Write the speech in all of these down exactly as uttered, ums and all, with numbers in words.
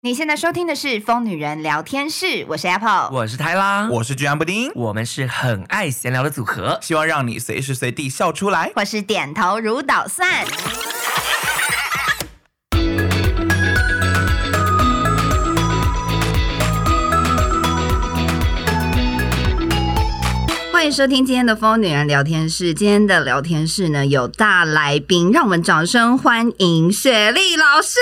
你现在收听的是《疯女人聊天室》，我是 Apple， 我是太郎， 我是居安布丁， 我们是很爱闲聊的组合， 希望让你随时随地笑出来， 或是点头如捣蒜。欢迎收听今天的疯女人聊天室。今天的聊天室呢有大来宾，让我们掌声欢迎雪莉老师。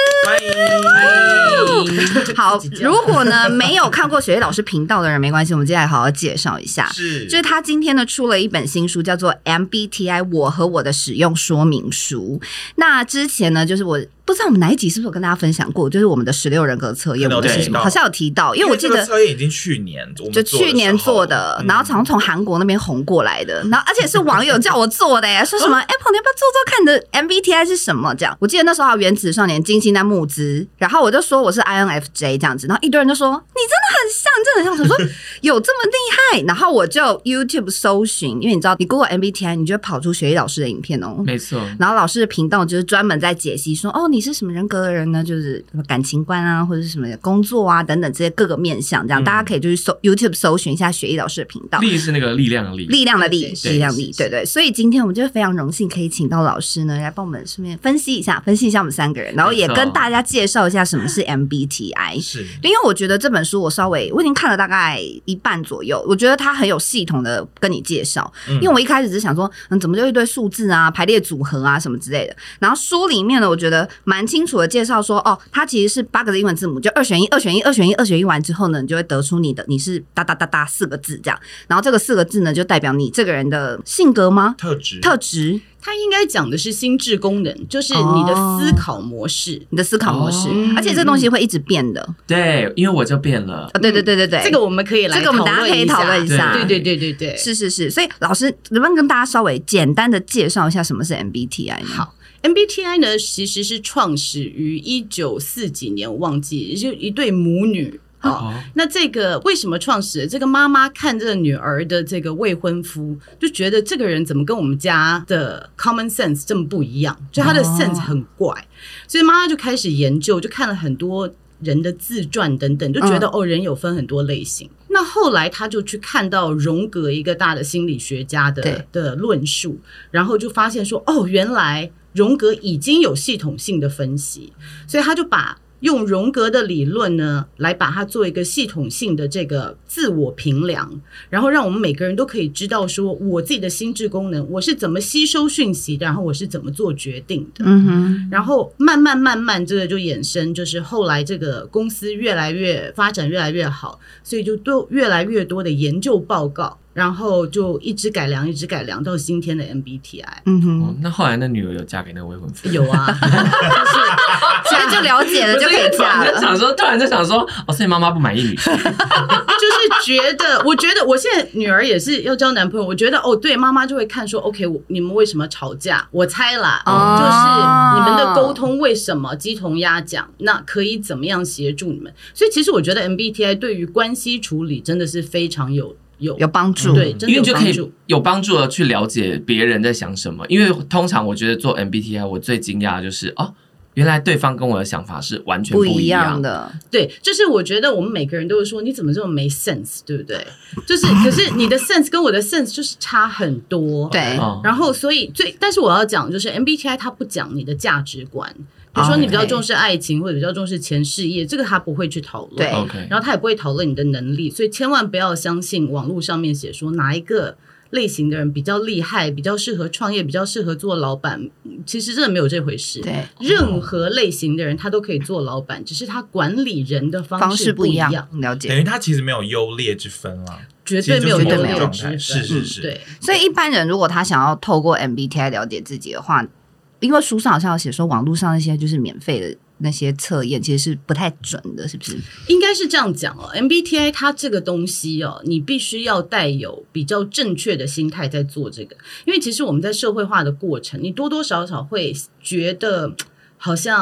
欢迎。 好，如果呢没有看过雪莉老师频道的人没关系，我们接下来好好介绍一下。 是， 就是他今天呢出了一本新书，叫做 M B T I 我和我的使用说明书。那之前呢，就是我不知道我们哪一集是不是有跟大家分享过，就是我们的十六人格测验，我们是什么？好像有提到，因为我记得这个测验已经去年就去年做的，嗯、然后常常从韩国那边红过来的，然后而且是网友叫我做的耶，说什么 Apple 你要不要做做看你的 M B T I 是什么？这样，我记得那时候还有原子少年金星在募资，然后我就说我是 I N F J 这样子，然后一堆人就说你真的很像，真的很像，我说有这么厉害，然后我就 YouTube 搜寻，因为你知道你 Google M B T I 你就会跑出雪莉老师的影片哦， 没错， 然后老师的频道就是专门在解析说哦你是什么人格的人呢，就是感情观啊或者是什么工作啊等等这些各个面向，这样、嗯、大家可以就是搜 YouTube 搜寻一下雪莉老师的频道。 力是那个力量的力， 力量的力，力量力，对对。所以今天我们就非常荣幸可以请到老师呢来帮我们顺便分析一下，分析一下我们三个人，然后也跟大家介绍一下什么是 M B T I。 是， 因为我觉得这本书我稍微我已经看了大概一半左右，我觉得它很有系统的跟你介绍。嗯、因为我一开始只是想说，嗯，怎么就一堆数字啊、排列组合啊什么之类的。然后书里面呢，我觉得蛮清楚的介绍说，哦，它其实是八个英文字母，就二选一、二选一、二选一、二选一完之后呢，你就会得出你的你是哒哒哒哒四个字这样。然后这个四个字呢，就代表你这个人的性格吗？ 特质， 特质。 它应该讲的是心智功能，就是你的思考模式，哦、 你的思考模式，哦、而且这东西会一直变的。 对，因为我就变了。 哦、对对对对对， 这个我们可以来讨论一下，这个我们大家可以讨论一下。对对对对对， 是是是。所以老师能不能跟大家稍微简单的介绍一下什么是 M B T I 呢？ 好。M B T I 呢，其实是创始于一九四几年，我忘记，就一对母女。哦，那这个为什么创始？这个妈妈看这个女儿的这个未婚夫，就觉得这个人怎么跟我们家的 common sense 这么不一样？就他的 sense 很怪，哦、所以妈妈就开始研究，就看了很多人的自传等等，就觉得、嗯、哦，人有分很多类型。那后来他就去看到荣格一个大的心理学家的的论述，然后就发现说，哦，原来荣格已经有系统性的分析，所以他就把用荣格的理论呢，来把它做一个系统性的这个自我评量，然后让我们每个人都可以知道说，我自己的心智功能，我是怎么吸收讯息的，然后我是怎么做决定的。嗯哼，然后慢慢慢慢这个就衍生，就是后来这个公司越来越发展越来越好，所以就都越来越多的研究报告。然后就一直改良，一直改良到今天的 M B T I。 嗯哼、 哦，那后来那女儿有嫁给那个未婚夫？ 有啊，就是现在就了解了，就可以嫁了。 就想说，突然就想说，哦，所以妈妈不满意女婿， 就是觉得，我觉得我现在女儿也是要交男朋友，我觉得哦，对，妈妈就会看说 ，OK， 你们为什么吵架？我猜啦，哦、就是你们的沟通为什么鸡同鸭讲？那可以怎么样协助你们？所以其实我觉得 M B T I 对于关系处理真的是非常有。有有帮助， 对，真的有帮助， 因为就可以有帮助的去了解别人在想什么。因为通常我觉得做 M B T I， 我最惊讶的就是哦，原来对方跟我的想法是完全不一样, 不一样的。 对，就是我觉得我们每个人都会说，你怎么这么没 sense， 对不对？就是可是你的 sense 跟我的 sense 就是差很多， 对。 然后所以最，但是我要讲就是 M B T I 它不讲你的价值观。比如说你比较重视爱情， okay. 或者比较重视前事业，这个他不会去讨论， 对， okay. 然后他也不会讨论你的能力，所以千万不要相信网络上面写说哪一个类型的人比较厉害，比较适合创业，比较适合做老板，其实真的没有这回事。 对， 任何类型的人他都可以做老板，只是他管理人的方式不一样。 方式不一样，了解。 等于他其实没有优劣之分啦， 绝对没有优劣之分， 是是是、嗯。 对， 所以一般人如果他想要透过 M B T I 了解自己的话，因为书上好像有写说，网络上那些就是免费的那些测验其实是不太准的，是不是？ 应该是这样讲哦。M B T I 它这个东西哦，你必须要带有比较正确的心态在做这个，因为其实我们在社会化的过程，你多多少少会觉得好像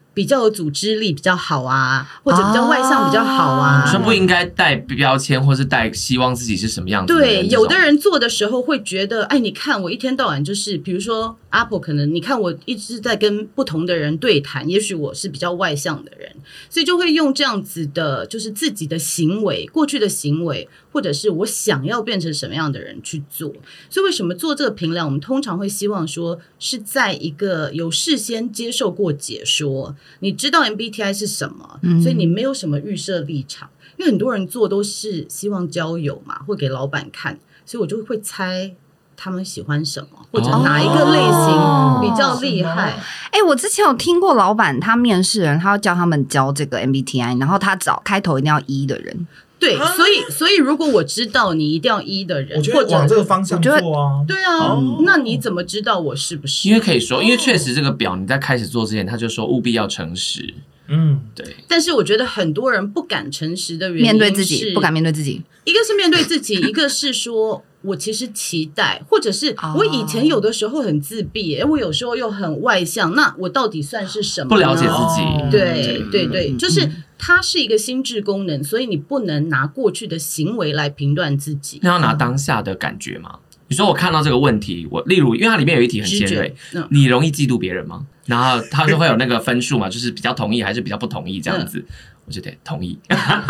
比较有组织力比较好啊，或者比较外向比较好啊。 女生不应该带标签，或是带希望自己是什么样子的人。 对，有的人做的时候会觉得，哎，你看我一天到晚就是，比如说 Apple， 可能你看我一直在跟不同的人对谈，也许我是比较外向的人，所以就会用这样子的，就是自己的行为、过去的行为，或者是我想要变成什么样的人去做。所以为什么做这个评量，我们通常会希望说是在一个有事先接受过解说，你知道 M B T I 是什么，所以你没有什么预设立场。因为很多人做都是希望交友嘛，或给老板看，所以我就会猜他们喜欢什么，或者哪一个类型比较厉害。 哎、欸，我之前有听过老板他面试人，他要叫他们交这个 M B T I， 然后他找开头一定要一的人。 对，所以所以如果我知道你一定要一的人， 我觉得往这个方向做啊。 对啊、哦，那你怎么知道我是不是？ 因为可以说，因为确实这个表你在开始做之前，他就说务必要诚实。 嗯， 对。 但是我觉得很多人不敢诚实的原因是面对自己，不敢面对自己。 一个是面对自己，一个是说我其实期待，或者是我以前有的时候很自闭、欸，我有时候又很外向，那我到底算是什么呢？ 不了解自己。 对对对，就是它是一个心智功能，所以你不能拿过去的行为来评断自己。 那要拿当下的感觉吗？你说我看到这个问题，我例如，因为它里面有一题很尖锐，嗯、你容易嫉妒别人吗？然后它就会有那个分数嘛，就是比较同意还是比较不同意这样子。嗯、我觉得同意。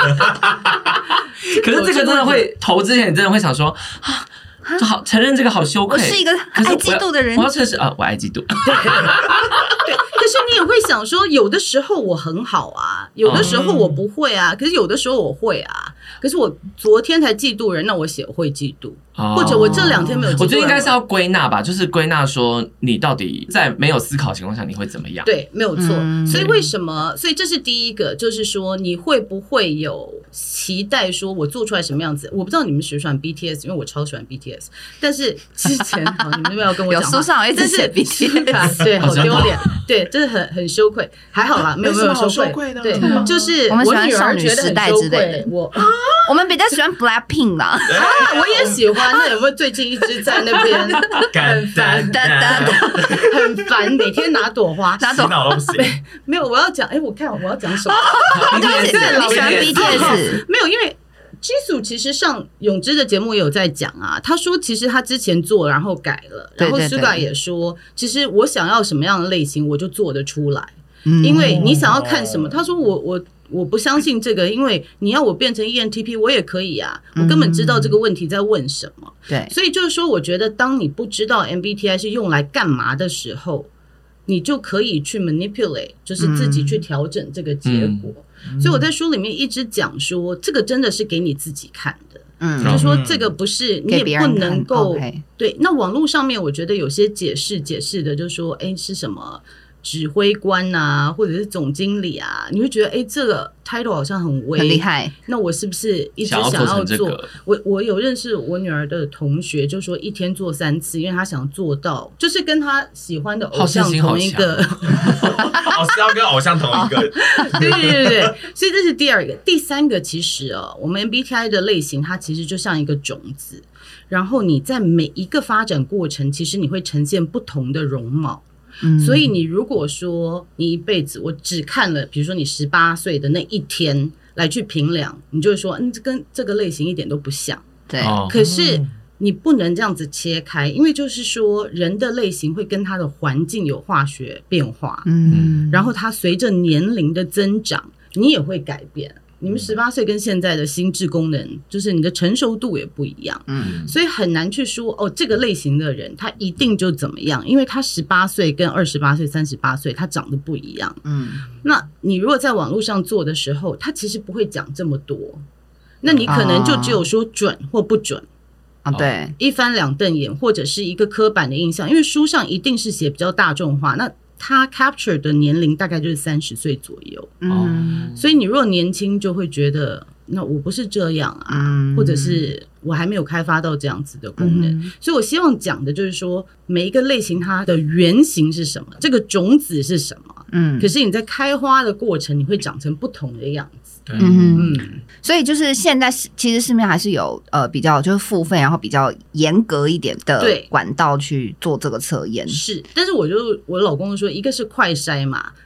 可是这个真的会投之前，你真的会想说啊，就好承认这个好羞愧。 我是一个爱嫉妒的人， 我要诚实啊，我爱嫉妒。 对，可是你也会想说，有的时候我很好啊，有的时候我不会啊，嗯、可是有的时候我会啊。可是我昨天才嫉妒人，那我也会嫉妒，哦、或者我这两天没有嫉妒人。 我觉得应该是要归纳吧，就是归纳说你到底在没有思考的情况下你会怎么样？ 对，没有错。嗯、所以为什么？所以这是第一个，就是说你会不会有期待，说我做出来什么样子？我不知道你们喜不喜欢 B T S， 因为我超喜欢 B T S。但是之前好，你们那边要跟我讲话， 有书上有一直写 B T S， 对，好丢脸，对，真的很很羞愧。还好啦，没有没有羞愧的，对，就是我们喜欢少女时代之类的，我我们比较喜欢 Blackpink 啦，啊， 我也喜欢。那有没有最近一直在那边很烦，很烦，每天拿朵花， 拿朵花都不行。 没有，我要讲，哎，我看我要讲什么？ 你喜欢 B T S？ 没有，因为Jisoo其实上永之的节目也有在讲啊，他说其实他之前做然后改了，然后 Suga 也说，其实我想要什么样的类型我就做得出来，嗯、因为你想要看什么，他说我我。我不相信这个，因为你要我变成 E N T P 我也可以啊，我根本知道这个问题在问什么。 对， 所以就是说我觉得当你不知道 M B T I 是用来干嘛的时候，你就可以去 manipulate， 就是自己去调整这个结果。嗯、所以我在书里面一直讲说，这个真的是给你自己看的。嗯，就是说这个不是你也不能够、okay、对。那网络上面我觉得有些解释解释的就是说，哎，是什么指挥官啊，或者是总经理啊，你会觉得哎，这个 title 好像很威， 很厉害。 那我是不是一直想要做？ 要做这个、 我我有认识我女儿的同学，就说一天做三次，因为她想做到，就是跟她喜欢的偶像同一个， 哦，是要跟偶像同一个。 对对对对，所以这是第二个。第三个，其实哦，我们 M B T I 的类型，它其实就像一个种子，然后你在每一个发展过程，其实你会呈现不同的容貌。嗯、所以你如果说你一辈子我只看了比如说你十八岁的那一天来去评量，你就会说嗯，这跟这个类型一点都不像。 对， 可是你不能这样子切开，因为就是说人的类型会跟他的环境有化学变化，嗯，然后他随着年龄的增长你也会改变。你们十八岁跟现在的心智功能，就是你的成熟度也不一样，嗯，所以很难去说哦，这个类型的人他一定就怎么样，因为他十八岁跟二十八岁、三十八岁他长得不一样，嗯，那你如果在网络上做的时候，他其实不会讲这么多，那你可能就只有说准或不准。 啊，对， 一翻两瞪眼，或者是一个刻板的印象，因为书上一定是写比较大众化，那他 capture 的年龄大概就是三十岁左右，嗯，所以你如果年轻就会觉得那我不是这样啊，嗯、或者是我还没有开发到这样子的功能，嗯、所以我希望讲的就是说每一个类型它的原型是什么，这个种子是什么，嗯，可是你在开花的过程你会长成不同的样子。 嗯嗯，所以就是现在其实市面还是有呃比较就是付费，然后比较严格一点的管道去做这个测验。 是，但是我就我老公说，一个是快筛嘛，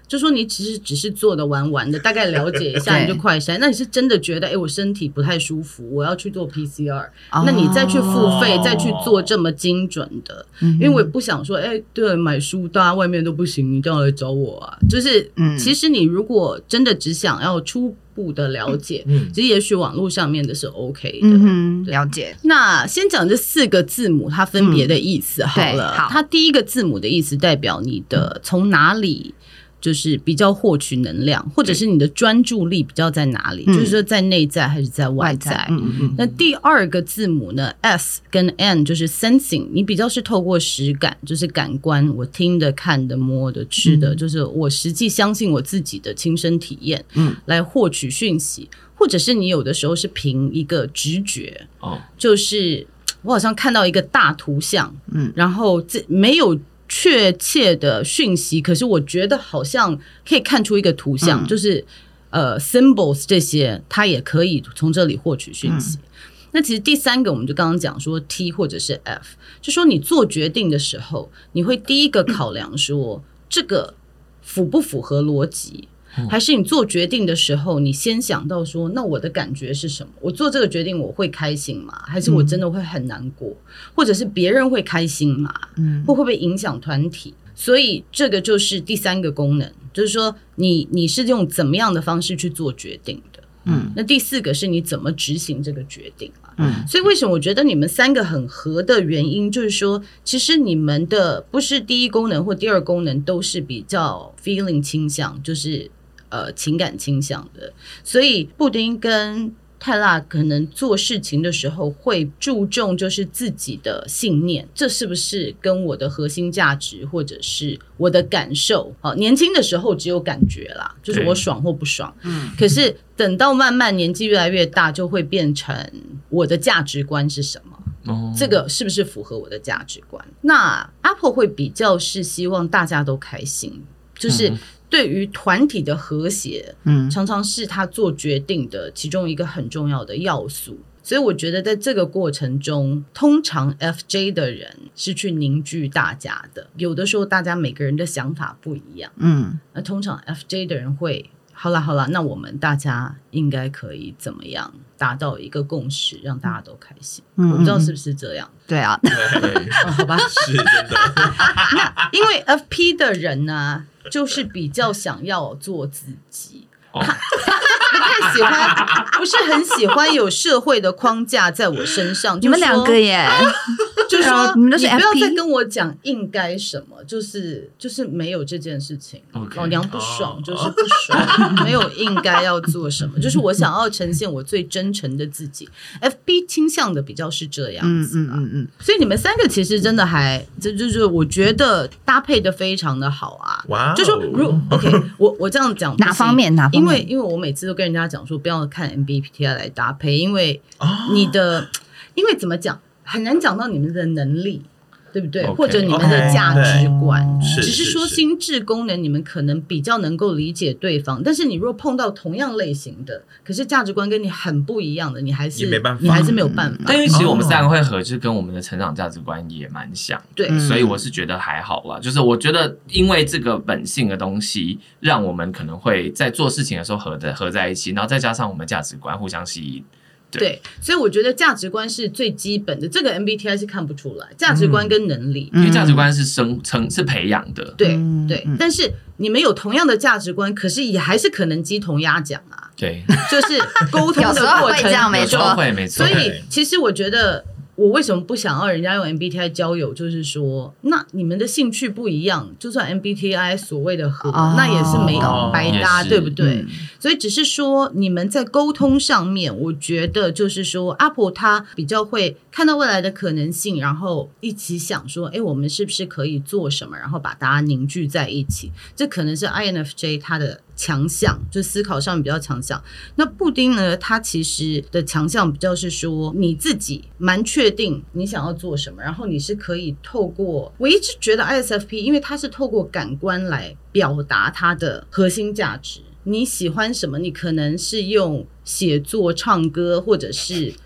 就说你其实只是做的玩玩的，大概了解一下你就快筛。那你是真的觉得，哎，我身体不太舒服，我要去做 P C R，、哦、那你再去付费，再去做这么精准的，嗯、因为我也不想说，哎，对，买书大家外面都不行，你一定要来找我啊。就是，嗯、其实你如果真的只想要出步的了解，嗯，其实也许网络上面的是 OK 的， 嗯，了解。 那先讲这四个字母它分别的意思好了。嗯、好，它第一个字母的意思代表你的从哪里就是比较获取能量，或者是你的专注力比较在哪里，嗯、就是说在内在还是在外在。外在嗯嗯那第二个字母呢 ，S 跟 N 就是 sensing， 你比较是透过实感，就是感官，我听的、看的、摸的、吃的，嗯、就是我实际相信我自己的亲身体验，嗯，来获取讯息，或者是你有的时候是凭一个直觉，哦，就是我好像看到一个大图像，嗯，然后这没有确切的讯息，可是我觉得好像可以看出一个图像，嗯、就是呃 symbols 这些，它也可以从这里获取讯息。嗯、那其实第三个，我们就刚刚讲说 T 或者是 F， 就说你做决定的时候，你会第一个考量说、嗯、这个符不符合逻辑。还是你做决定的时候，你先想到说，那我的感觉是什么？我做这个决定我会开心吗？还是我真的会很难过？嗯、或者是别人会开心吗？嗯，会不会影响团体？所以这个就是第三个功能，就是说你你是用怎么样的方式去做决定的？嗯，那第四个是你怎么执行这个决定嘛？嗯，所以为什么我觉得你们三个很合的原因，就是说，其实你们的不是第一功能或第二功能都是比较 feeling 倾向，就是呃情感倾向的，所以布丁跟泰辣可能做事情的时候会注重就是自己的信念，这是不是跟我的核心价值或者是我的感受？好，年轻的时候只有感觉啦，就是我爽或不爽。嗯，可是等到慢慢年纪越来越大，就会变成我的价值观是什么？哦，这个是不是符合我的价值观？那 Apple 会比较是希望大家都开心，就是对于团体的和谐，嗯，常常是他做决定的其中一个很重要的要素。所以我觉得在这个过程中，通常 F J 的人是去凝聚大家的。有的时候大家每个人的想法不一样，嗯，那通常 F J 的人会好啦好啦，那我们大家应该可以怎么样达到一个共识，让大家都开心。嗯、我不知道是不是这样。 对啊， 对哦、好吧， 是真的。 那因为 F P 的人呢、啊，就是比较想要做自己。哦、他不太喜欢，不是很喜欢有社会的框架在我身上。 你们两个耶， 就说你们都是 F P， 你不要再跟我讲应该什么，就是就是没有这件事情。Okay. 老娘不爽、oh. 就是不爽，没有应该要做什么，就是我想要呈现我最真诚的自己。F P 倾向的比较是这样子，嗯嗯嗯嗯。所以你们三个其实真的还，这就是我觉得搭配的非常的好啊。哇、wow. ，就说如 OK， 我我这样讲哪方面哪方面？ 因为因为我每次都跟人家讲说不要看 M B T I 来搭配，因为你的、oh. 因为怎么讲很难讲到你们的能力，对不对？ okay, 或者你们的价值观， okay, 只是说心智功能你们可能比较能够理解对方，但是你如果碰到同样类型的，可是价值观跟你很不一样的，你还是你还是没有办法。 但因为其实我们三个会合，就是跟我们的成长价值观也蛮像， 对， 所以我是觉得还好啦。就是我觉得因为这个本性的东西，让我们可能会在做事情的时候合的合在一起，然后再加上我们价值观互相吸引。 对, 对，所以我觉得价值观是最基本的，这个 M B T I 是看不出来，价值观跟能力， 嗯、因为价值观是生成是培养的， 对对、嗯。但是你们有同样的价值观，可是也还是可能鸡同鸭讲啊， 对， 就是沟通的过程，有时候会这样，没错， 会没错。 所以其实我觉得。我为什么不想要人家用 M B T I 交友？就是说，那你们的兴趣不一样，就算 M B T I 所谓的合，哦、那也是没有白搭，对不对？嗯、所以只是说，你们在沟通上面，我觉得就是说 ，Apple 它比较会看到未来的可能性，然后一起想说，哎，我们是不是可以做什么，然后把大家凝聚在一起？这可能是 I N F J 它的强项，就思考上面比较强项。那布丁呢，它其实的强项比较是说，你自己蛮确定你想要做什么，然后你是可以透过，我一直觉得 I S F P 因为它是透过感官来表达它的核心价值，你喜欢什么，你可能是用写作、唱歌，或者是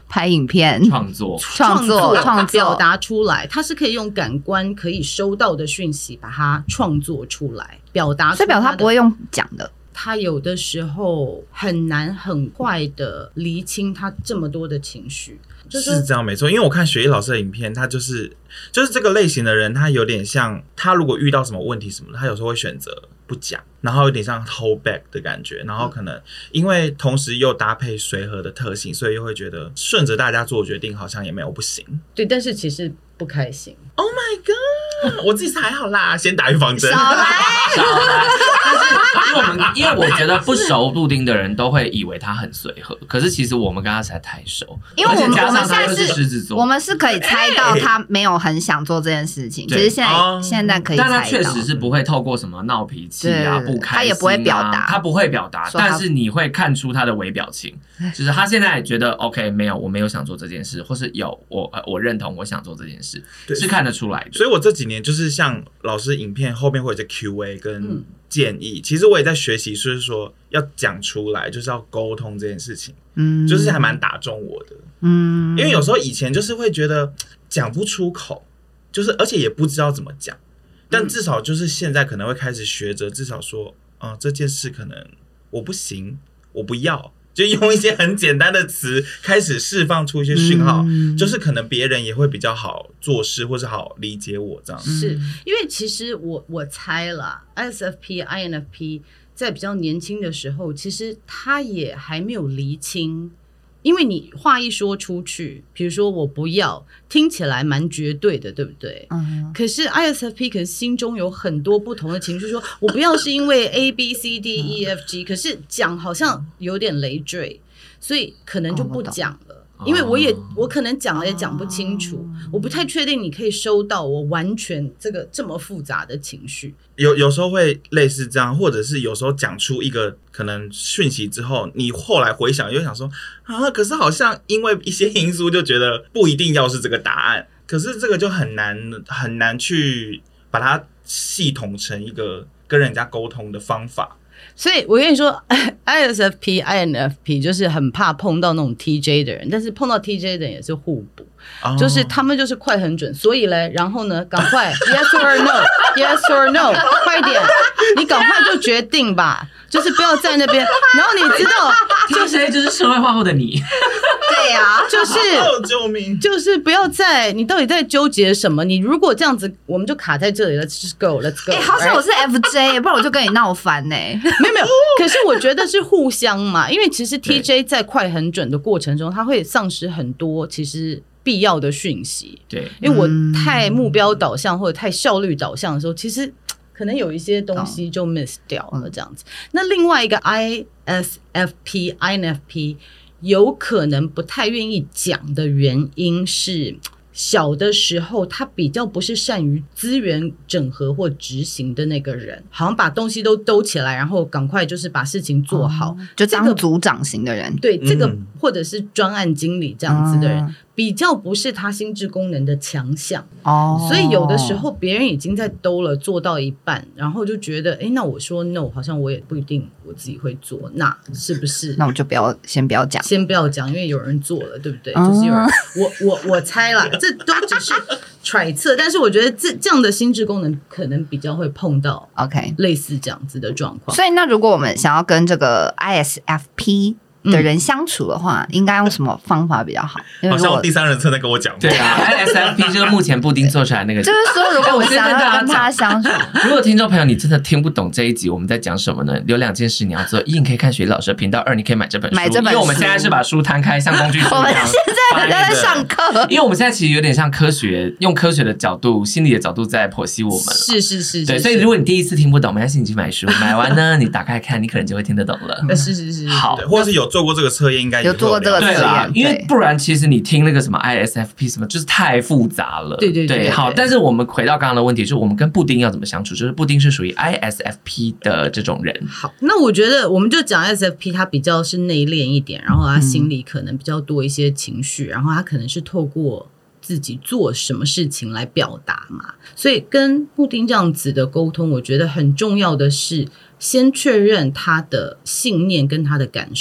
拍影片、 创作、 创作、创作表达出来，它是可以用感官可以收到的讯息把它创作出来，表达出来。 所以表达不会用讲的。 他有的时候很难很快的厘清他这么多的情绪， 就是这样没错。因为我看雪莉老师的影片，他就是就是这个类型的人，他有点像他如果遇到什么问题什么的，他有时候会选择不讲，然后有点像 hold back 的感觉，然后可能因为同时又搭配随和的特性，所以又会觉得顺着大家做决定好像也没有不行。 对，但是其实不开心。 Oh my god！ 我自己还好啦，先打预防针。 少来， 少来。但是因为我们因为我觉得不熟布丁的人都会以为他很随和，可是其实我们跟他实在太熟， 因为我们我们现在是狮子座， 我们是可以猜到他没有很想做这件事情。其实现在、哦、现在可以猜到， 但他确实是不会透过什么闹脾气啊、不开心啊， 他也不会表达， 他不会表达，但是你会看出他的微表情，就是他现在觉得 OK 没有，我没有想做这件事，或是有我我认同我想做这件事，是看得出来的。 所以我这几年就是像老师影片后面会有一些 Q A 跟建议、嗯、其实我也在学习，就是说要讲出来，就是要沟通这件事情，嗯，就是还蛮打中我的，嗯，因为有时候以前就是会觉得讲不出口，就是而且也不知道怎么讲，但至少就是现在可能会开始学着，至少说，嗯，这件事可能我不行，我不要。就用一些很简单的词开始释放出一些讯号、嗯、就是可能别人也会比较好做事或是好理解我这样。 是因为其实我我猜啦 I S F P I N F P 在比较年轻的时候其实他也还没有厘清，因为你话一说出去，比如说我不要，听起来蛮绝对的，对不对？嗯。可是 I S F P 可是心中有很多不同的情绪，说我不要是因为 A B C D E F G，、嗯、可是讲好像有点累赘，所以可能就不讲了。哦、因为我也我可能讲了也讲不清楚、哦，我不太确定你可以收到我完全这个这么复杂的情绪。 有有时候会类似这样，或者是有时候讲出一个可能讯息之后，你后来回想又想说啊，可是好像因为一些因素就觉得不一定要是这个答案，可是这个就很难很难去把它系统成一个跟人家沟通的方法。 所以我跟你说 I S F P I N F P 就是很怕碰到那种 T J 的人，但是碰到 T J 的人也是互补、oh. 就是他们就是快很准，所以嘞然后呢赶快 yes or no yes or no 快点，你赶快就决定吧，就是不要在那边然后你知道就是就是社会化后的你对呀、啊， 就是救命， 就是不要在你到底在纠结什么，你如果这样子我们就卡在这里 let's just go let's go。 哎、欸，好像我是 F J 不然我就跟你闹翻呢、欸。 没有没有，可是我觉得是互相嘛，因为其实 T J 在快很准的过程中他会丧失很多其实必要的讯息。 对， 因为我太目标导向或者太效率导向的时候，其实可能有一些东西就 miss 掉了这样子。那另外一个 I S F P I N F P 有可能不太愿意讲的原因是小的时候他比较不是善于资源整合或执行的那个人，好像把东西都兜起来然后赶快就是把事情做好、哦、 就当组长型的人、 这个、对这个或者是专案经理这样子的人、嗯、比较不是他心智功能的强项哦，所以有的时候别人已经在兜了做到一半，然后就觉得哎，那我说 no 好像我也不一定我自己会做，那是不是那我就不要先不要讲先不要讲，因为有人做了对不对、嗯、就是有人我我我猜啦这都只是揣测，但是我觉得这这样的心智功能可能比较会碰到 OK 类似这样子的状况。 所以那如果我们想要跟这个 I S F P的人相处的话、嗯、应该用什么方法比较好？ 好像我第三人称在跟我讲。 对啊，I S F P 就是目前布丁做出来那个。 就是说，如果我想要跟他相处， 如果听众朋友你真的听不懂这一集我们在讲什么呢？有两件事你要做：一，你可以看雪莉老师的频道；二，你可以买这本书。 买这本书， 因为我们现在是把书摊开，像工具书一样。 我们现在人家在上课， 因为我们现在其实有点像科学，用科学的角度、心理的角度在剖析我们。 是是是， 对，所以如果你第一次听不懂，没关系，你去买书，买完呢，你打开看，你可能就会听得懂了。 是是是， 好， 或者是有做过这个测验，应该有做过这个测验， 因为不然其实你听那个什么 I S F P 什么，就是太复杂了。 对对 对, 对， 好。但是我们回到刚刚的问题，就是我们跟布丁要怎么相处？就是布丁是属于 I S F P 的这种人。 好，那我觉得我们就讲 I S F P， 他比较是内敛一点，然后他心里可能比较多一些情绪，嗯、然后他可能是透过自己做什么事情来表达嘛。所以跟布丁这样子的沟通，我觉得很重要的是先确认他的信念跟他的感受。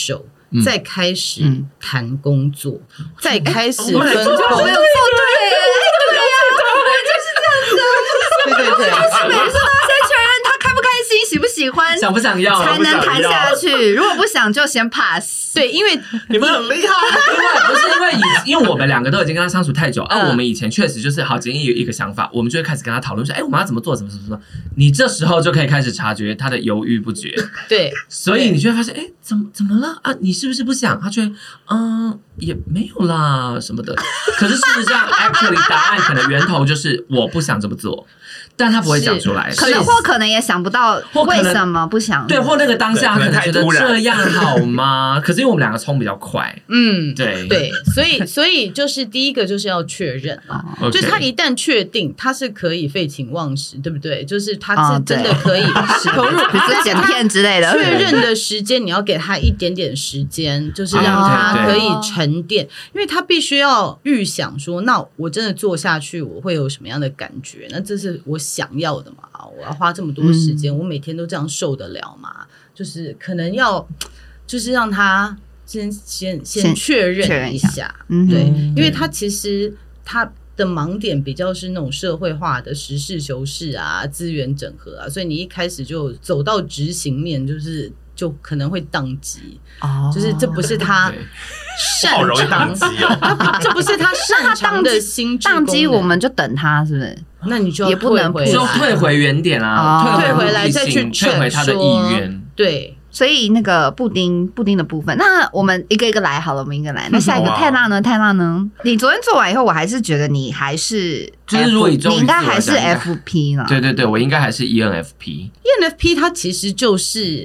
嗯、再开始谈工作，嗯、再开始分工。 我没有错对，对呀，我就是这样子啊，对对对，每次都要先确认他开不开心、喜不喜欢、 想不想要， 才能谈下去。如果不想，就先 pass。 对，因为你们很厉害，因为不是因为以，因为我们两个都已经跟他相处太久，啊，我们以前确实就是好，今天有一个想法，我们就会开始跟他讨论说，哎，我们要怎么做，怎么怎么怎么。你这时候就可以开始察觉他的犹豫不决， 对， 所以你就会发现，哎，怎么怎么了啊？你是不是不想？他就会，嗯，也没有啦什么的。可是事实上 ，actually 答案可能源头就是我不想这么做。但他不会讲出来， 可能或可能也想不到为什么不想， 对，或那个当下可能觉得这样好吗？可是因为我们两个冲比较快， 嗯， 对对，所以所以就是第一个就是要确认啊，哦、就是他一旦确定他是可以废寝忘食，对不对？就是他是真的可以投入， 比如说剪片之类的。 确认的时间你要给他一点点时间，就是让他可以沉淀，因为他必须要预想说，那我真的做下去我会有什么样的感觉？那这是我想要的嘛？我要花这么多时间，嗯、我每天都这样受得了吗？就是可能要，就是让他先先先确认一下， 嗯、 对，因为他其实他的盲点比较是那种社会化的实事求是啊、资源整合啊，所以你一开始就走到执行面，就是就可能会宕机，哦，就是这不是他。 好容易宕机哦！ 这不是他擅长的心智功能。 宕机我们就等他，是不是？ 那你就要也不能退就退回原点啊， 哦、 退回来再去退回他的意愿。 对， 所以那个布丁布丁的部分，那我们一个一个来好了，我们一个来。那下一个泰辣呢？泰辣呢？你昨天做完以后，我还是觉得你还是 F, 就是如果你应该还是 F P 啦。 对对对，我应该还是 E N F P。E N F P 它其实就是。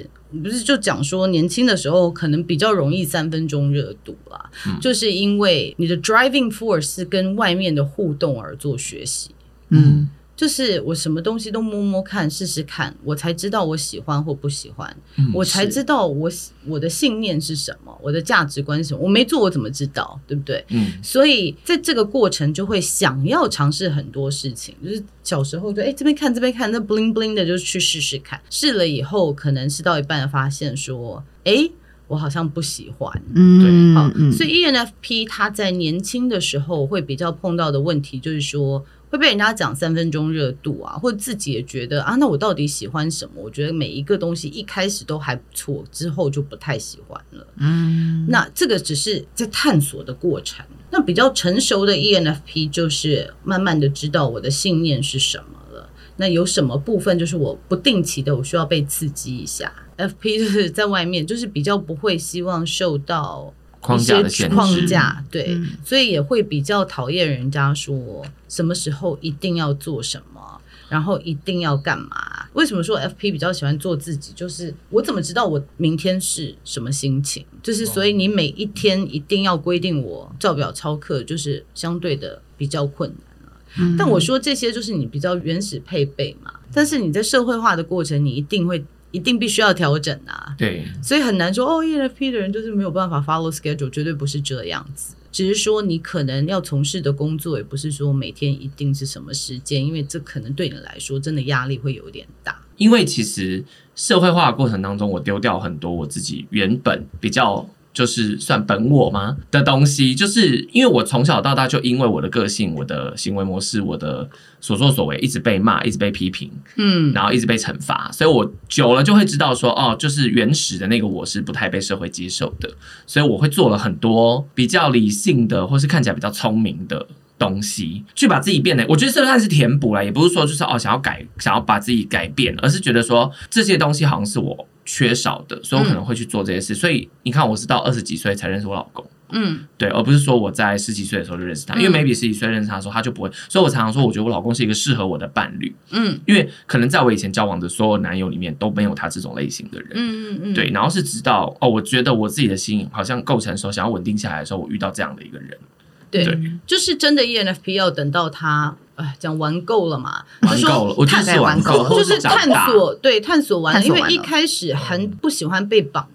不是就讲说年轻的时候可能比较容易三分钟热度啦、嗯、就是因为你的 driving force 是跟外面的互动而做学习，嗯，就是我什么东西都摸摸看试试看，我才知道我喜欢或不喜欢、嗯、我才知道我我的信念是什么，我的价值观是什么，我没做我怎么知道，对不对？嗯，所以在这个过程就会想要尝试很多事情，就是小时候就哎这边看这边看，那 bling bling 的就去试试看，试了以后可能试到一半发现说哎我好像不喜欢，嗯，对，好，所以 E N F P 他在年轻的时候会比较碰到的问题就是说会被人家讲三分钟热度啊，或者自己也觉得啊，那我到底喜欢什么？我觉得每一个东西一开始都还不错，之后就不太喜欢了。嗯，那这个只是在探索的过程。那比较成熟的 E N F P 就是慢慢的知道我的信念是什么了。那有什么部分就是我不定期的我需要被刺激一下。F P 就是在外面就是比较不会希望受到框架的限制， 框架对、嗯，所以也会比较讨厌人家说什么时候一定要做什么，然后一定要干嘛。为什么说 F P 比较喜欢做自己？就是我怎么知道我明天是什么心情？就是所以你每一天一定要规定我照表操课，就是相对的比较困难了、嗯。但我说这些就是你比较原始配备嘛，但是你在社会化的过程，你一定会。一定必须要调整啊， 对， 所以很难说哦 E N F P 的人就是没有办法 follow schedule， 绝对不是这样子，只是说你可能要从事的工作也不是说每天一定是什么时间，因为这可能对你来说真的压力会有点大。 因为其实社会化的过程当中，我丢掉很多我自己原本比较就是算本我吗的东西，就是因为我从小到大就因为我的个性、我的行为模式、我的所作所为一直被骂、一直被批评，嗯，然后一直被惩罚，所以我久了就会知道说，哦，就是原始的那个我是不太被社会接受的，所以我会做了很多比较理性的，或是看起来比较聪明的东西，去把自己变得，我觉得这算是填补啦，也不是说就是哦想要改，想要把自己改变，而是觉得说这些东西好像是我缺少的，所以我可能会去做这些事。嗯、所以你看，我是到二十几岁才认识我老公，嗯，对，而不是说我在十几岁的时候就认识他，因为 maybe 十几岁认识他的时候，他就不会。所以我常常说，我觉得我老公是一个适合我的伴侣，嗯，因为可能在我以前交往的所有男友里面都没有他这种类型的人，嗯嗯嗯，对。然后是直到哦，我觉得我自己的心好像够成熟，想要稳定下来的时候，我遇到这样的一个人。 对，对就是真的 E N F P 要等到他，哎，讲玩够了嘛？ 玩够了，我就是玩够了， 就是探索，对，探索完了，因为一开始很不喜欢被绑住。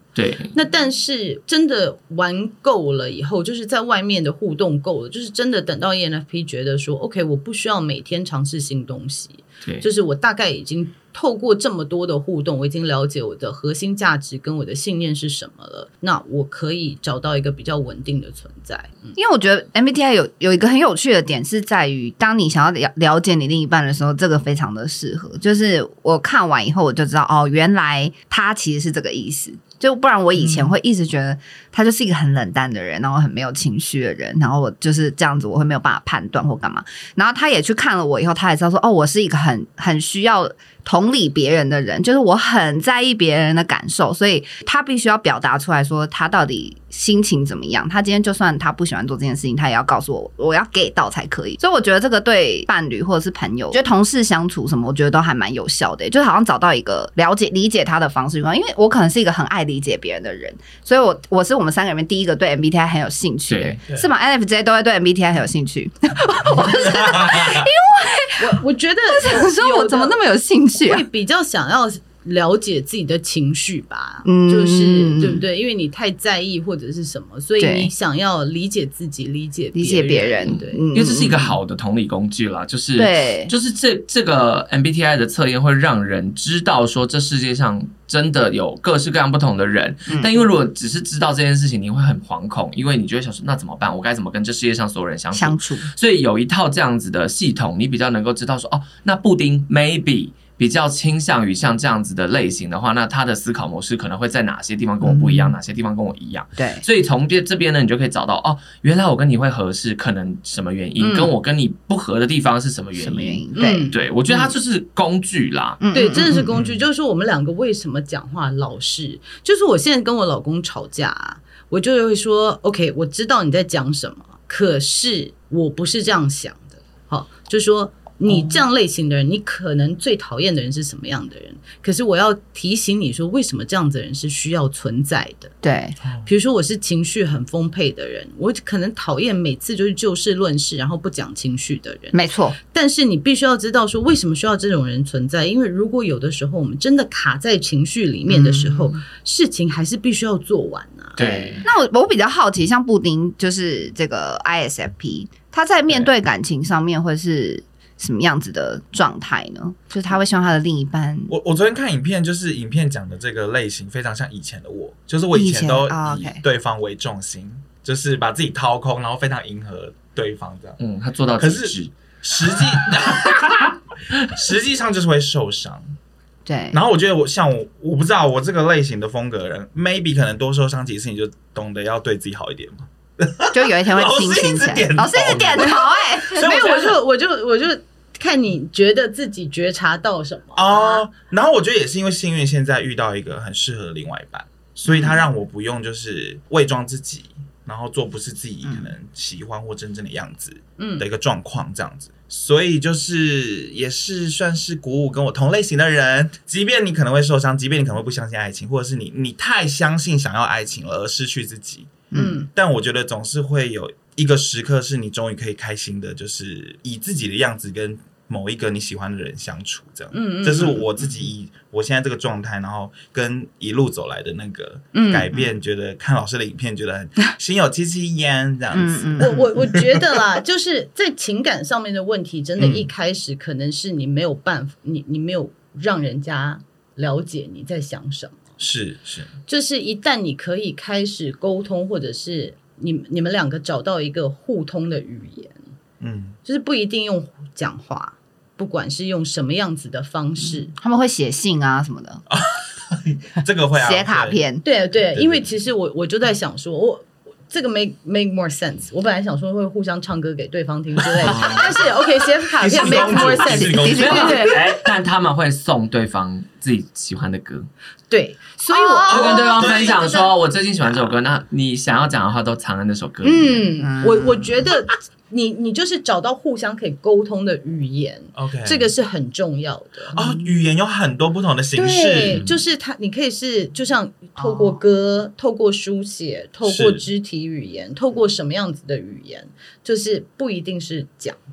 对， 那但是真的玩够了以后，就是在外面的互动够了，就是真的等到 E N F P 觉得说 OK 我不需要每天尝试新东西， 对， 就是我大概已经透过这么多的互动，我已经了解我的核心价值跟我的信念是什么了，那我可以找到一个比较稳定的存在。嗯、 因为我觉得 M B T I 有有一个很有趣的点是在于，当你想要了了解你另一半的时候，这个非常的适合。就是我看完以后，我就知道哦，原来他其实是这个意思。就不然我以前会一直觉得他就是一个很冷淡的人，然后很没有情绪的人，然后我就是这样子，我会没有办法判断或干嘛。然后他也去看了我以后，他也知道说哦，我是一个很很需要同理别人的人，就是我很在意别人的感受，所以他必须要表达出来说他到底心情怎么样。他今天就算他不喜欢做这件事情，他也要告诉我，我要 get 到才可以。所以我觉得这个对伴侣或者是朋友，我觉得同事相处什么，我觉得都还蛮有效的，就是好像找到一个了解理解他的方式。因为我可能是一个很爱理解别人的人，所以我我是我们三个里面第一个对 M B T I 很有兴趣的人，是吗 ？N F J 都会对 M B T I 很有兴趣，我是因为我我觉得我说我怎么那么有兴趣、啊， 会比较想要了解自己的情绪吧， 嗯， 就是对不对？因为你太在意或者是什么，所以你想要理解自己，理解理解别人， 对， 因为这是一个好的同理工具啦，就是对， 就是这这个 M B T I 的测验会让人知道说这世界上真的有各式各样不同的人，嗯、但因为如果只是知道这件事情，你会很惶恐，因为你就会想说那怎么办？我该怎么跟这世界上所有人相处？ 相处， 所以有一套这样子的系统，你比较能够知道说哦，那布丁 maybe。比较倾向于像这样子的类型的话，那他的思考模式可能会在哪些地方跟我不一样，嗯、哪些地方跟我一样。 对， 所以从这边呢，你就可以找到哦，原来我跟你会合适，可能什么原因，嗯、跟我跟你不合的地方是什么原因？什么原因？ 对、 嗯、对，我觉得它就是工具啦。 嗯、对，真的是工具。嗯、就是说，我们两个为什么讲话老是，就是我现在跟我老公吵架、啊，我就会说 ，OK， 我知道你在讲什么，可是我不是这样想的。好，就是说。你这样类型的人，你可能最讨厌的人是什么样的人？可是我要提醒你说，为什么这样子的人是需要存在的？ 对， 比如说我是情绪很丰沛的人，我可能讨厌每次就是就事论事，然后不讲情绪的人。 没错， 但是你必须要知道说，为什么需要这种人存在？因为如果有的时候我们真的卡在情绪里面的时候，嗯、事情还是必须要做完啊。 对。 那我我比较好奇，像布丁就是这个 I S F P， 他在面对感情上面会是什么样子的状态呢？就是他会希望他的另一半。 我我昨天看影片，就是影片讲的这个类型非常像以前的我，就是我以前都以对方为重心，哦 okay、就是把自己掏空，然后非常迎合对方这样。 嗯，他做到极致。可是实际实际上就是会受伤。 对。 然后我觉得我像我，我不知道我这个类型的风格的人 ，maybe 可能多受伤几次，你就懂得要对自己好一点嘛。 就有一天会清醒起来。老师一直点头哎、 欸，没有，我就我就我就看你觉得自己觉察到什么哦。 Uh, 然后我觉得也是因为幸运，现在遇到一个很适合的另外一半，所以他让我不用就是伪装自己，然后做不是自己可能喜欢或真正的样子的一个状况这样子。所以就是也是算是鼓舞跟我同类型的人，即便你可能会受伤，即便你可能会不相信爱情，或者是你你太相信想要爱情了而失去自己。嗯，但我觉得总是会有一个时刻是你终于可以开心的，就是以自己的样子跟某一个你喜欢的人相处，这样。嗯，这是我自己以我现在这个状态，然后跟一路走来的那个改变，嗯、觉得看老师的影片觉得很心有戚戚焉这样子。 嗯嗯、我我我觉得啦，就是在情感上面的问题，真的一开始可能是你没有办法，你你没有让人家了解你在想什么。 是是， 就是一旦你可以开始沟通，或者是你你们两个找到一个互通的语言，嗯，就是不一定用讲话，不管是用什么样子的方式，嗯、 他们会写信啊什么的， 这个会啊， 写卡片， 对 对, 对，因为其实我我就在想说，我。这个 make make more sense。我本来想说会互相唱歌给对方听之类的，但是 OK 写卡片 make more sense。 对对对， 哎，但他们会送对方自己喜欢的歌。 对，所以我就跟对方分享说，我最近喜欢这首歌，那你想要讲的话都藏在那首歌里面。 嗯，我我觉得你你就是找到互相可以沟通的语言 ，OK， 这个是很重要的。 哦，语言有很多不同的形式， 对，就是它，你可以是就像透过歌、哦、透过书写、透过肢体语言、透过什么样子的语言，就是不一定是讲的。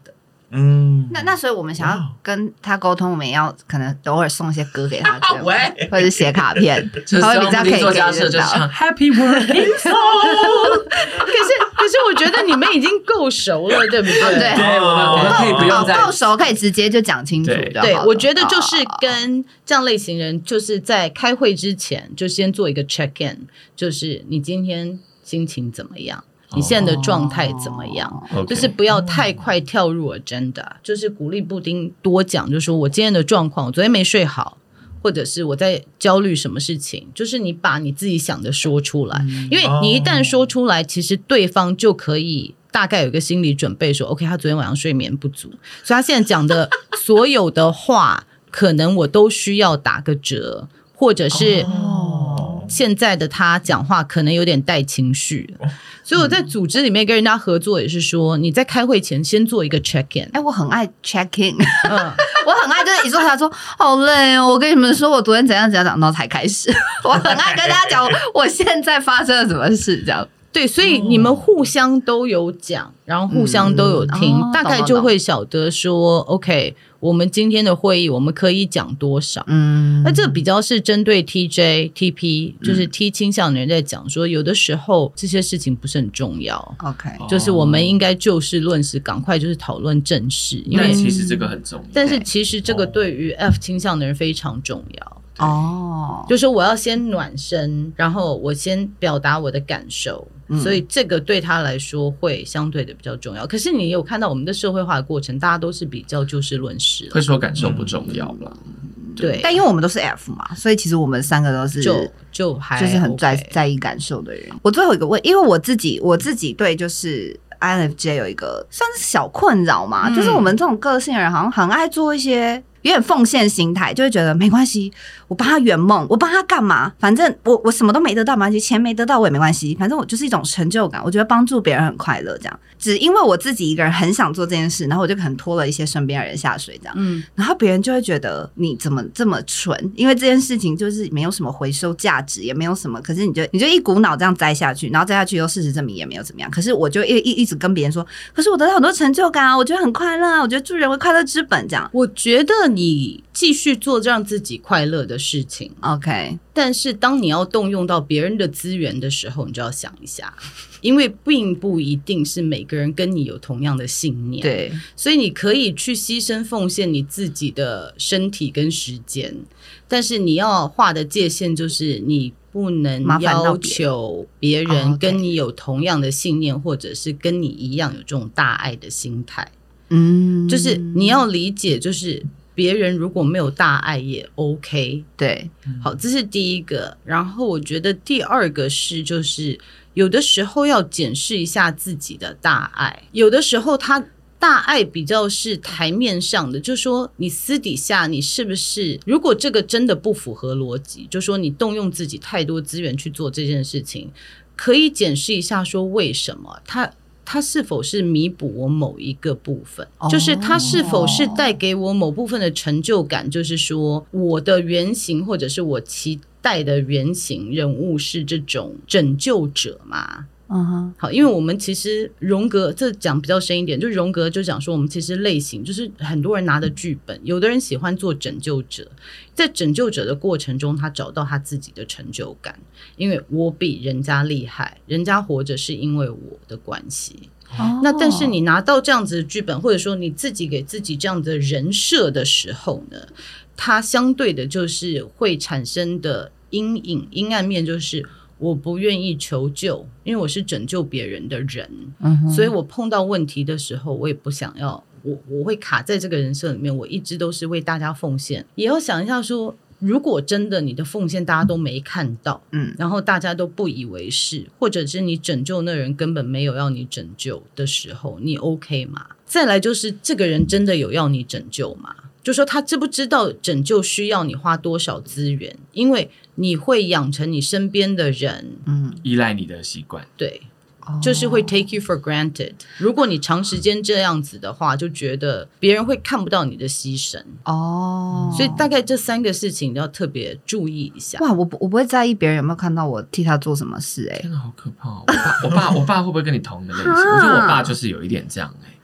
嗯， 那那所以我们想要跟他沟通，我们也要可能偶尔送一些歌给他，或者是写卡片，他会比较可以做家事就唱 Happy Working Song。 可是可是我觉得你们已经够熟了，对不对？ 对， 对，我们我们可以不用再够熟，可以直接就讲清楚就好了。 对，我觉得就是跟这样类型人，就是在开会之前就先做一个 check in， 就是你今天心情怎么样？你现在的状态怎么样？哦、就是不要太快跳入 agenda，、嗯、就是鼓励布丁多讲，就是说我今天的状况，我昨天没睡好，或者是我在焦虑什么事情，就是你把你自己想的说出来，嗯、因为你一旦说出来，其实对方就可以大概有一个心理准备说 OK， 他昨天晚上睡眠不足，所以他现在讲的所有的话可能我都需要打个折，或者是现在的他讲话可能有点带情绪，所以我在组织里面跟人家合作也是说，你在开会前先做一个 check in。 哎，我很爱 check in， 嗯，我很爱就是一坐下说好累哦，我跟你们说我昨天怎样怎样讲，然后才开始。我很爱跟大家讲我现在发生了什么事这样。 对，所以你们互相都有讲，然后互相都有听，嗯、大概就会晓得说 OK， 我们今天的会议我们可以讲多少。嗯，那这比较是针对 T J、T P， 就是 T 倾向的人在讲说，有的时候这些事情不是很重要。OK， 就是我们应该就事论事，赶快就是讨论正事。因为其实这个很重要， 但是其实这个对于 F 倾向的人非常重要。哦，就是说我要先暖身，然后我先表达我的感受，嗯、所以这个对他来说会相对的比较重要。可是你有看到我们的社会化的过程，大家都是比较就事论事， 会说感受不重要吧？ 嗯、对， 但因为我们都是 F 嘛，所以其实我们三个都是就就还就是很在、OK、在意感受的人。我最后一个问，因为我自己我自己对就是。I N F J 有一个算是小困扰嘛、嗯，就是我们这种个性的人好像很爱做一些有点奉献心态，就会觉得没关系，我帮他圆梦，我帮他干嘛？反正我我什么都没得到，没关系，钱没得到我也没关系，反正我就是一种成就感，我觉得帮助别人很快乐，这样。只因为我自己一个人很想做这件事，然后我就可能拖了一些身边的人下水，这样，嗯，然后别人就会觉得你怎么这么蠢？因为这件事情就是没有什么回收价值，也没有什么，可是你就你就一股脑这样栽下去，然后栽下去又事实证明也没有怎么样。可是我就一一一直跟别人说，可是我得到很多成就感啊，我觉得很快乐啊，我觉得助人为快乐之本，这样。 我觉得你继续做让自己快乐的事情 ，OK。 但是当你要动用到别人的资源的时候，你就要想一下，因为并不一定是每个人跟你有同样的信念， 对， 所以你可以去牺牲奉献你自己的身体跟时间，但是你要画的界限就是你不能要求别人跟你有同样的信念，或者是跟你一样有这种大爱的心态。嗯，就是你要理解，就是别人如果没有大爱也 OK。 对， 好，这是第一个。然后我觉得第二个是，就是有的时候要检视一下自己的大爱，有的时候他大爱比较是台面上的，就是说你私底下你是不是，如果这个真的不符合逻辑，就是说你动用自己太多资源去做这件事情，可以检视一下说为什么他它是否是弥补我某一个部分，就是它是否是带给我某部分的成就感，就是说我的原型或者是我期待的原型人物是这种拯救者嘛。嗯哼，好，因为我们其实荣格这讲比较深一点，就荣格就讲说我们其实类型就是很多人拿的剧本，有的人喜欢做拯救者，在拯救者的过程中他找到他自己的成就感，因为我比人家厉害，人家活着是因为我的关系。哦、那但是你拿到这样子的剧本，或者说你自己给自己这样的人设的时候呢，它相对的就是会产生的阴影阴暗面，就是我不愿意求救，因为我是拯救别人的人、嗯、所以我碰到问题的时候我也不想要，我我会卡在这个人设里面，我一直都是为大家奉献。也要想一下说，如果真的你的奉献大家都没看到，嗯，然后大家都不以为是，或者是你拯救那人根本没有要你拯救的时候，你 OK 吗？再来就是这个人真的有要你拯救吗？就说他知不知道拯救需要你花多少资源，因为你会养成你身边的人嗯依赖你的习惯， 对，就是会 take you for granted。 如果你长时间这样子的话，就觉得别人会看不到你的牺牲哦。所以大概这三个事情都要特别注意一下。 哇，我不我不会在意别人有没有看到我替他做什么事。哎、欸， 天哪，好可怕、哦！我爸我爸我爸会不会跟你同一个类型？我觉得我爸就是有一点这样哎、欸。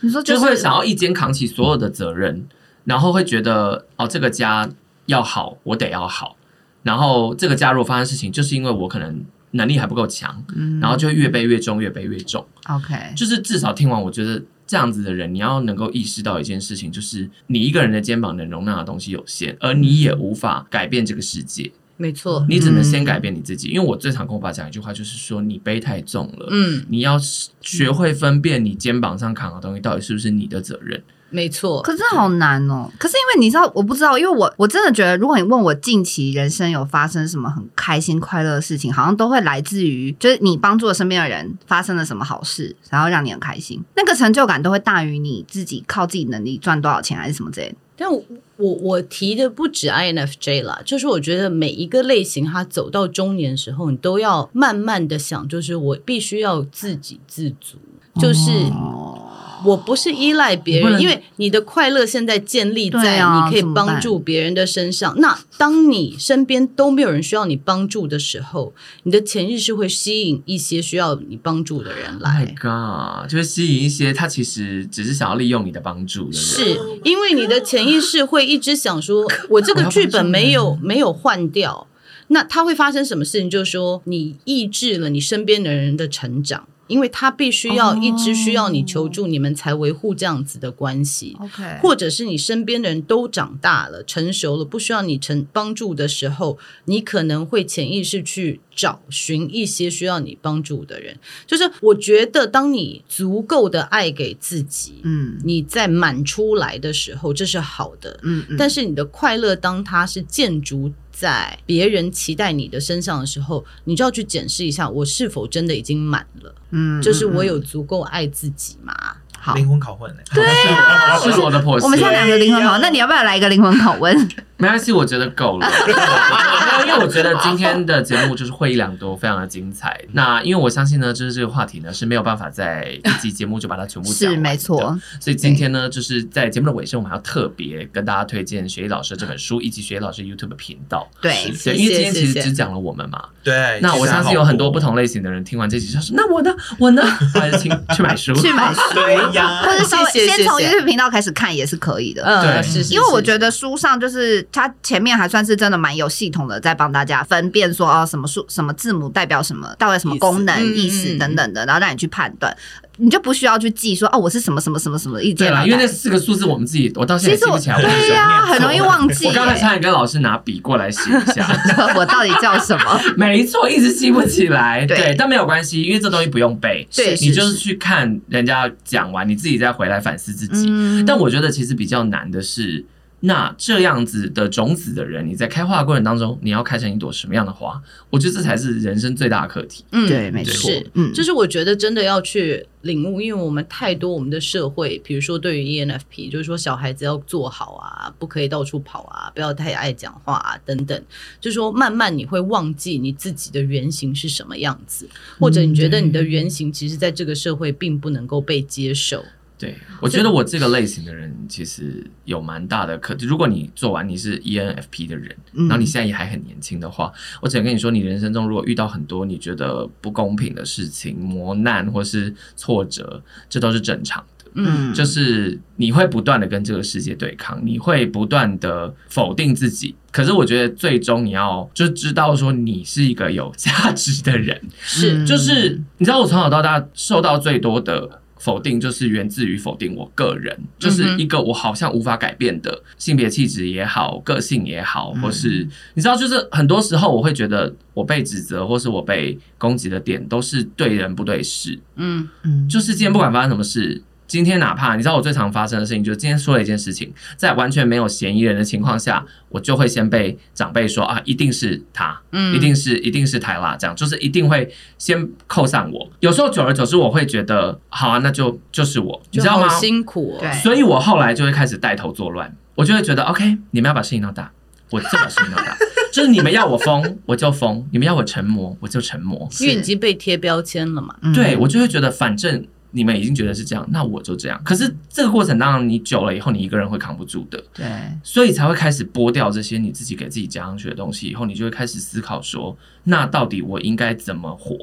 你说就会想要一肩扛起所有的责任，然后会觉得哦，这个家要好，我得要好，然后这个家如果发生事情，就是因为我可能能力还不够强，嗯、然后就会越背越重，越背越重。 OK， 就是至少听完，我觉得这样子的人，你要能够意识到一件事情，就是你一个人的肩膀能容纳的东西有限，而你也无法改变这个世界。 没错， 你只能先改变你自己。嗯、因为我最常跟我爸讲一句话，就是说你背太重了，嗯，你要学会分辨你肩膀上扛的东西到底是不是你的责任。 没错， 可是好难哦。可是因为你知道，我不知道，因为我我真的觉得，如果你问我近期人生有发生什么很开心快乐的事情，好像都会来自于就是你帮助了身边的人发生了什么好事，然后让你很开心，那个成就感都会大于你自己靠自己能力赚多少钱还是什么之类的。 但我我我提的不止 I N F J 啦，就是我觉得每一个类型，它走到中年的时候，你都要慢慢的想，就是我必须要自给自足，就是我不是依赖别人，因为你的快乐现在建立在你可以帮助别人的身上。那当你身边都没有人需要你帮助的时候，你的潜意识会吸引一些需要你帮助的人来。 Oh my god， 就会吸引一些他其实只是想要利用你的帮助的人。 是因为你的潜意识会一直想说，我这个剧本没有没有换掉，那它会发生什么事情？就是说，你抑制了你身边的人的成长。因为他必须要一直需要你求助，你们才维护这样子的关系。 OK， 或者是你身边的人都长大了、成熟了，不需要你成帮助的时候，你可能会潜意识去找寻一些需要你帮助的人。就是我觉得，当你足够的爱给自己，嗯，你在满出来的时候，这是好的，嗯嗯。但是你的快乐，当它是建筑在别人期待你的身上的时候，你就要去检视一下，我是否真的已经满了。嗯，就是我有足够爱自己吗？ 好， 灵魂拷问嘞、欸， 对啊， 是我的破事。 我们现在两个灵魂拷问，那你要不要来一个灵魂拷问？ 没关系，我觉得够了。因为我觉得今天的节目就是会议良多，非常的精彩。那因为我相信呢，就是这个话题呢是没有办法在一集节目就把它全部讲完的， 是没错。 所以今天呢，就是在节目的尾声，我们还要特别跟大家推荐雪莉老师这本书，以及雪莉老师 YouTube 频道。 对， 对，因为今天其实只讲了我们嘛。 对。 那我相信有很多不同类型的人听完这集就说：“那我呢？我呢？”还是请去买书， 去买书， 对呀， 或者稍微先从 YouTube 频道开始看也是可以的。 嗯，对，是是。 因为我觉得书上就是它前面还算是真的蛮有系统的，在帮大家分辨说哦，什么数什么字母代表什么，到底什么功能、意思等等的，然后让你去判断。你就不需要去记说哦，我是什么什么什么什么意见。 对啦，因为那四个数字我们自己，我到现在记不起来。 对呀、啊，很容易忘记。 我刚才差点跟老师拿笔过来写一下， 我到底叫什么？ 没错，一直记不起来。对，对但没有关系，因为这东西不用背。 对， 你就是去看人家讲完，你自己再回来反思自己。嗯、但我觉得其实比较难的是。那这样子的种子的人，你在开花的过程当中，你要开成一朵什么样的花？我觉得这才是人生最大的课题。 嗯， 对，没错。 是，嗯，就是我觉得真的要去领悟，因为我们太多我们的社会，比如说对于 E N F P， 就是说小孩子要做好啊，不可以到处跑啊，不要太爱讲话啊，等等。就是说，慢慢你会忘记你自己的原型是什么样子，或者你觉得你的原型其实在这个社会并不能够被接受。 对，我觉得我这个类型的人其实有蛮大的课题。如果你做完你是 E N F P 的人，然后你现在也还很年轻的话，我只能跟你说，你人生中如果遇到很多你觉得不公平的事情、磨难或是挫折，这都是正常的。嗯，就是你会不断的跟这个世界对抗，你会不断的否定自己。可是我觉得最终你要就知道说你是一个有价值的人， 是， 就是你知道我从小到大受到最多的。否定就是源自于否定我个人，就是一个我好像无法改变的性别气质也好，个性也好，或是你知道，就是很多时候我会觉得我被指责或是我被攻击的点都是对人不对事，嗯嗯，就是今天不管发生什么事。今天哪怕你知道我最常发生的事情，就是今天说了一件事情，在完全没有嫌疑人的情况下，我就会先被长辈说啊，一定是他，嗯，一定是一定是泰拉，这样就是一定会先扣上我。有时候久而久之，我会觉得好啊，那就就是我，你知道吗？ 好辛苦哦。 所以我后来就会开始带头作乱，我就会觉得 OK， 你们要把事情闹大，我就把事情闹大。就是你们要我疯，我就疯；你们要我沉默，我就沉默。 因为已经被贴标签了嘛。 对，我就会觉得反正。你们已经觉得是这样，那我就这样。可是这个过程当然你久了以后，你一个人会扛不住的。 对， 所以才会开始剥掉这些你自己给自己加上去的东西，以后你就会开始思考说，那到底我应该怎么活？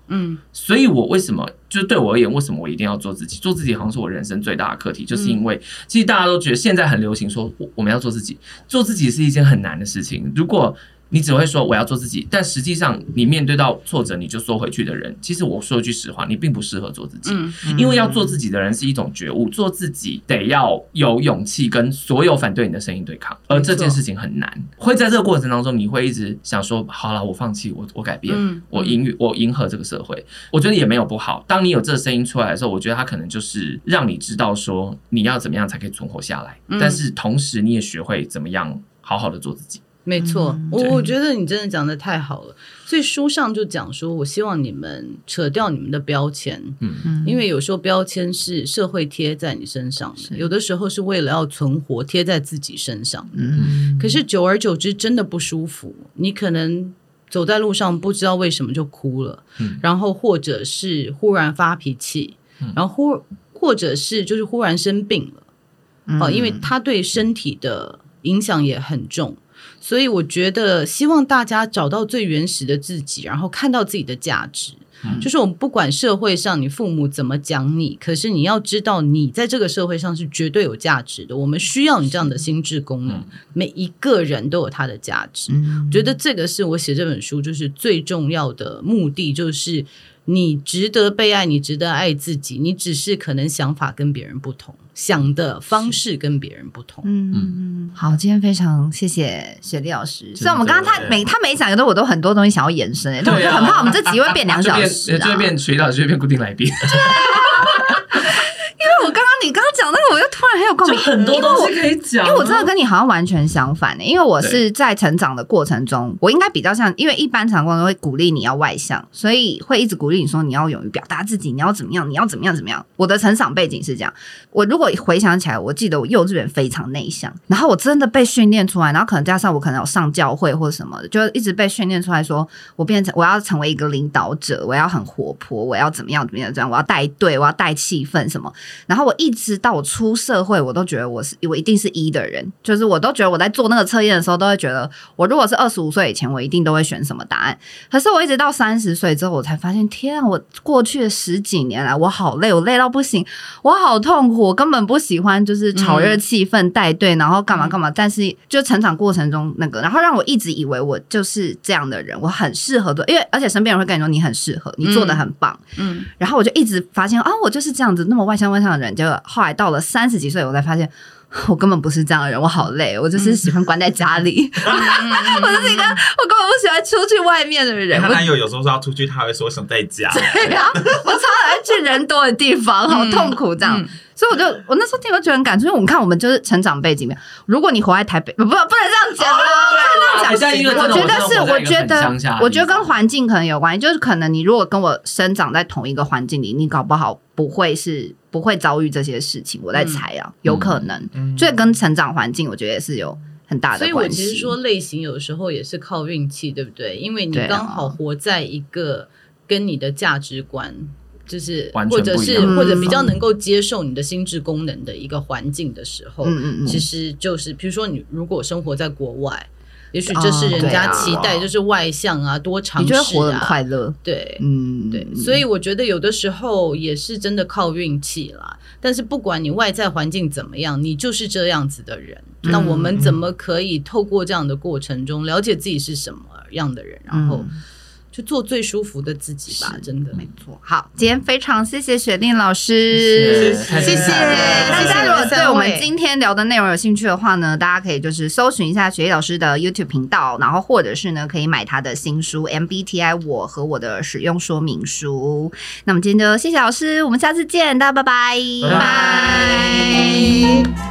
嗯，所以我为什么就是对我而言，为什么我一定要做自己？做自己好像是我人生最大的课题，就是因为其实大家都觉得现在很流行说我们要做自己，做自己是一件很难的事情。如果你只会说我要做自己，但实际上你面对到挫折你就缩回去的人，其实我说一句实话，你并不适合做自己。嗯，因为要做自己的人是一种觉悟，做自己得要有勇气跟所有反对你的声音对抗，而这件事情很难。会在这个过程当中，你会一直想说，好了，我放弃，我我改变，嗯、我迎我迎合这个社会。我觉得也没有不好。当你有这个声音出来的时候，我觉得它可能就是让你知道说你要怎么样才可以存活下来，嗯、但是同时你也学会怎么样好好的做自己。 没错，我我觉得你真的讲得太好了。所以书上就讲说，我希望你们扯掉你们的标签，嗯，因为有时候标签是社会贴在你身上的，有的时候是为了要存活贴在自己身上的，嗯，可是久而久之真的不舒服。你可能走在路上不知道为什么就哭了，嗯，然后或者是忽然发脾气，嗯，然后忽或者是就是忽然生病了，嗯，哦，因为他对身体的影响也很重。所以我觉得希望大家找到最原始的自己，然后看到自己的价值，嗯，就是我们不管社会上你父母怎么讲你，可是你要知道你在这个社会上是绝对有价值的，我们需要你这样的心智功能，每一个人都有他的价值，嗯，我觉得这个是我写这本书就是最重要的目的，就是你值得被爱，你值得爱自己，你只是可能想法跟别人不同，想的方式跟别人不同。 嗯嗯，好，今天非常谢谢雪莉老师。虽然我们刚刚他每他每讲的我都很多东西想要延伸，欸，但我就很怕我们这集会变两小时，啊， 就会变雪莉老师就会变固定来宾。 因为我刚刚你刚刚讲那个，我又突然很有共鸣， 很多东西可以讲，啊。 因为我真的跟你好像完全相反，欸，因为我是在成长的过程中，我应该比较像，因为一般成功人会鼓励你要外向，所以会一直鼓励你说你要勇于表达自己，你要怎么样，你要怎么样怎么样。我的成长背景是这样，我如果回想起来，我记得我幼稚园非常内向，然后我真的被训练出来，然后可能加上我可能有上教会或者什么的，就一直被训练出来说，我变成我要成为一个领导者，我要很活泼，我要怎么样怎么样这样，我要带队，我要带气氛什么。然后我一直到我出社会，我都觉得我是我一定是一的人，就是我都觉得我在做那个测验的时候，都会觉得我如果是二十五岁以前，我一定都会选什么答案。可是我一直到三十岁之后，我才发现，天啊！我过去的十几年来，我好累，我累到不行，我好痛苦，我根本不喜欢就是炒热气氛、带队，然后干嘛干嘛。但是就成长过程中那个，然后让我一直以为我就是这样的人，我很适合做，因为而且身边人会跟你说你很适合，你做得很棒，嗯，然后我就一直发现啊，我就是这样子那么外向外向的人，就后来到了三十几岁，我才发现。我根本不是这样的人，我好累，我就是喜欢关在家里。嗯、我就是一个我根本不喜欢出去外面的人。 她男友有时候说要出去，他会说想在家。 对啊，我超讨厌去人多的地方，好痛苦这样。嗯嗯所以我就我那时候听我觉得很感触，因为我们看我们就是成长背景面，如果你活在台北，不不不能这样讲啦，不能这样讲。我觉得是，我觉得我觉得跟环境可能有关系，就是可能你如果跟我生长在同一个环境里，你搞不好不会是不会遭遇这些事情。我在猜啊，嗯、有可能，嗯、所以跟成长环境，我觉得也是有很大的关系。 所以我其实说类型有时候也是靠运气，对不对？因为你刚好活在一个跟你的价值观。就是或者是或者比较能够接受你的心智功能的一个环境的时候，嗯嗯其实就是比如说你如果生活在国外，也许这是人家期待，就是外向啊，多尝试啊， 你就会活得很快乐。 对，嗯，对，所以我觉得有的时候也是真的靠运气啦。但是不管你外在环境怎么样，你就是这样子的人。嗯、那我们怎么可以透过这样的过程中了解自己是什么样的人，然后？嗯就做最舒服的自己吧，真的没错。好，今天非常谢谢雪莉老师，谢谢。大家如果对我们今天聊的内容有兴趣的话呢，大家可以就是搜寻一下雪莉老师的 YouTube 频道，然后或者是呢可以买她的新书 M B T I 我和我的使用说明书。那么今天就谢谢老师，我们下次见，大家拜拜， 拜拜。